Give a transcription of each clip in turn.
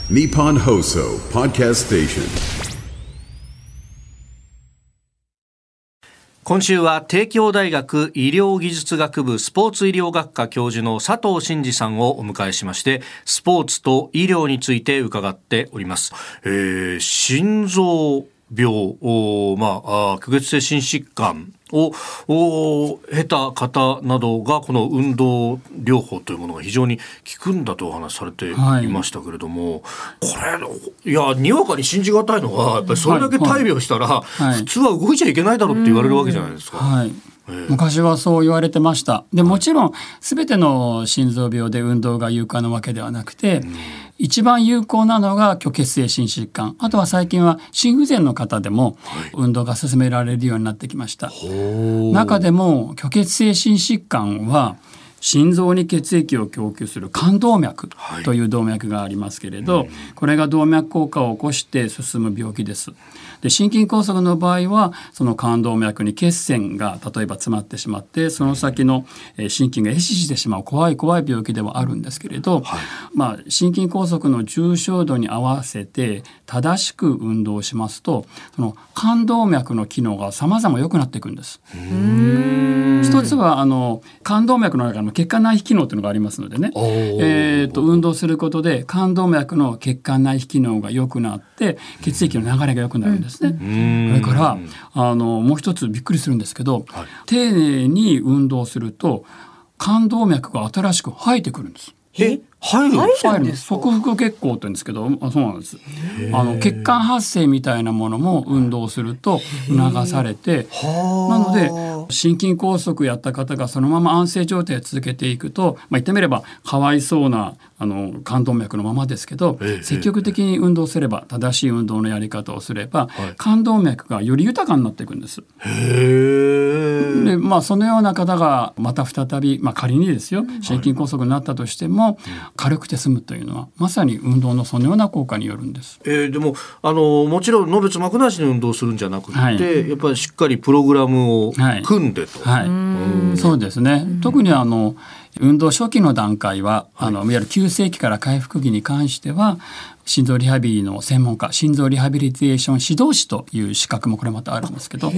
Nippon Hoso Podcast Station。 今週は帝京大学医療技術学部スポーツ医療学科教授の佐藤真嗣さんをお迎えしまして、スポーツと医療について伺っております。心臓病、虚血性心疾患を経た方などがこの運動療法というものが非常に効くんだとお話しされていましたけれども、これいやにわかに信じがたいのはやっぱりそれだけ大病したら普通は動いちゃいけないだろうって言われるわけじゃないですか。 昔はそう言われてました。でもちろん全ての心臓病で運動が有効なわけではなくて、一番有効なのが虚血性心疾患、あとは最近は心不全の方でも運動が進められるようになってきました。中でも虚血性心疾患は心臓に血液を供給する冠動脈という動脈がありますけれど、これが動脈硬化を起こして進む病気です。で、心筋梗塞の場合はその冠動脈に血栓が例えば詰まってしまって、その先の心筋が壊死してしまう怖い病気ではあるんですけれど、心筋梗塞の重症度に合わせて正しく運動しますと、その冠動脈の機能が様々良くなっていくんです。一つは冠動脈の中の血管内皮機能というのがありますのでね、運動することで冠動脈の血管内皮機能が良くなって血液の流れが良くなるんです。それからもう一つびっくりするんですけど、丁寧に運動すると冠動脈が新しく生えてくるんです。 入るんですか？側腹血行というんですけど、そうなんです。血管発生みたいなものも運動すると促されて、なので心筋梗塞やった方がそのまま安静状態を続けていくと、言ってみればかわいそうな冠動脈のままですけど、積極的に運動すれば、正しい運動のやり方をすれば、冠動脈がより豊かになっていくんです。で、そのような方がまた再び、仮にですよ、心筋梗塞になったとしても軽くて済むというのはまさに運動のそのような効果によるんです。 でももちろんのべつ幕なしに運動するんじゃなくて、やっぱりしっかりプログラムを組んでと、 そうですね。特に運動初期の段階は、いわゆる急性期から回復期に関しては心臓リハビリの専門家、心臓リハビリテーション指導士という資格もこれまたあるんですけど、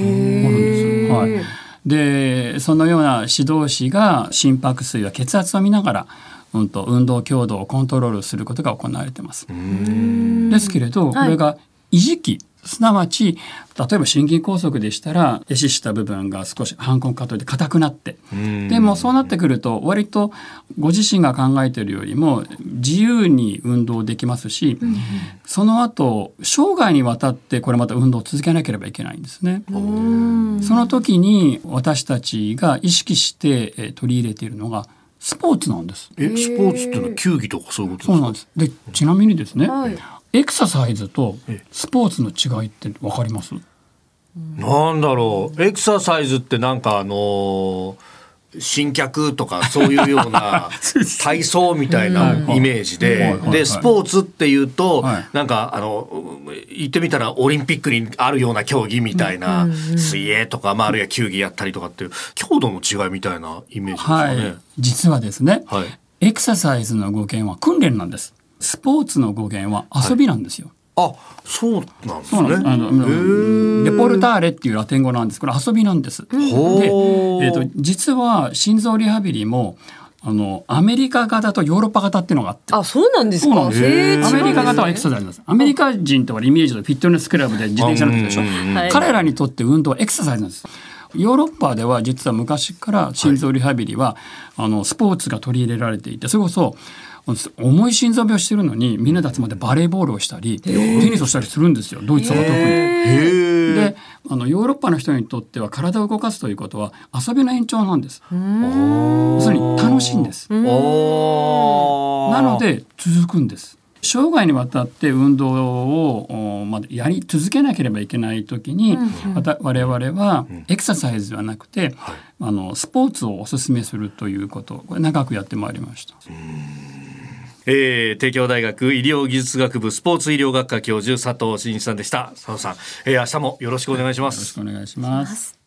でそのような指導士が心拍数や血圧を見ながら運動強度をコントロールすることが行われています。ですけれど、これが維持期、すなわち例えば心筋梗塞でしたら壊死した部分が少し反骨過渡で硬くなって、でもそうなってくると割とご自身が考えているよりも自由に運動できますし、その後生涯にわたってこれまた運動を続けなければいけないんですね。その時に私たちが意識して取り入れているのがスポーツなんです。 スポーツっていうのは球技とかそういうことですか？ そうなんです。で、ちなみにですね、エクササイズとスポーツの違いって分かります？ なんだろう。エクササイズってなんか新脚とかそういうような体操みたいなイメージで、スポーツっていうと、なんか言ってみたらオリンピックにあるような競技みたいな、水泳とか、あるいは球技やったりとかっていう強度の違いみたいなイメージですかね。 実はですね、エクササイズの語源は訓練なんです。スポーツの語源は遊びなんですよ。 そうなんですね。 レポルターレっていうラテン語なんです。これ遊びなんです。で、実は心臓リハビリもアメリカ型とヨーロッパ型っていうのがあって。 そうなんですか。アメリカ型はエクササイズです。アメリカ人とはイメージでフィットネスクラブで自転車乗ってるでしょ。彼らにとって運動はエクササイズなんです。ヨーロッパでは実は昔から心臓リハビリは、スポーツが取り入れられていて、それこそ重い心臓病してるのにみんなで集まってバレーボールをしたりテニスをしたりするんですよ、ドイツは特に。でヨーロッパの人にとっては体を動かすということは遊びの延長なんです。それに楽しいんです。なので続くんです。生涯にわたって運動をやり続けなければいけないときに、我々はエクササイズではなくて、スポーツをお勧めするということをこれ長くやってまいりました。 帝京大学医療技術学部スポーツ医療学科教授佐藤真嗣さんでした。佐藤さん、明日もよろしくお願いします。 よろしくお願いします。